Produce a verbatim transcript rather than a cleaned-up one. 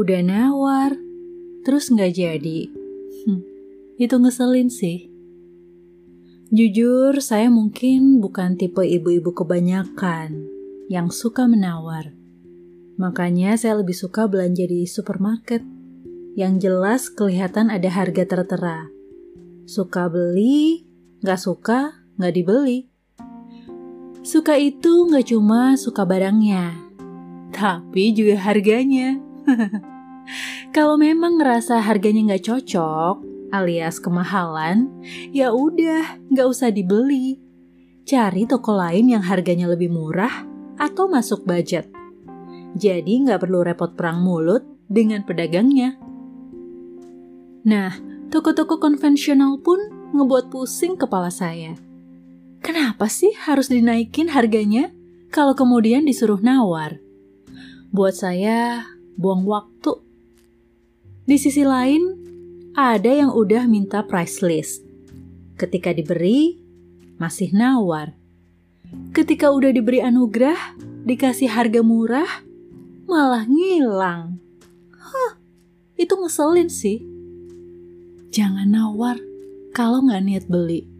Udah nawar, terus nggak jadi. Hmm, itu ngeselin sih. Jujur, saya mungkin bukan tipe ibu-ibu kebanyakan yang suka menawar. Makanya saya lebih suka belanja di supermarket. Yang jelas kelihatan ada harga tertera. Suka beli, nggak suka, nggak dibeli. Suka itu nggak cuma suka barangnya, tapi juga harganya. Kalau memang ngerasa harganya nggak cocok, alias kemahalan, ya udah, nggak usah dibeli. Cari toko lain yang harganya lebih murah atau masuk budget. Jadi nggak perlu repot perang mulut dengan pedagangnya. Nah, toko-toko konvensional pun ngebuat pusing kepala saya. Kenapa sih harus dinaikin harganya kalau kemudian disuruh nawar? Buat saya, buang waktu. Di sisi lain, ada yang udah minta price list. Ketika diberi, masih nawar. Ketika udah diberi anugerah, dikasih harga murah, malah ngilang. Hah, itu ngeselin sih. Jangan nawar kalau nggak niat beli.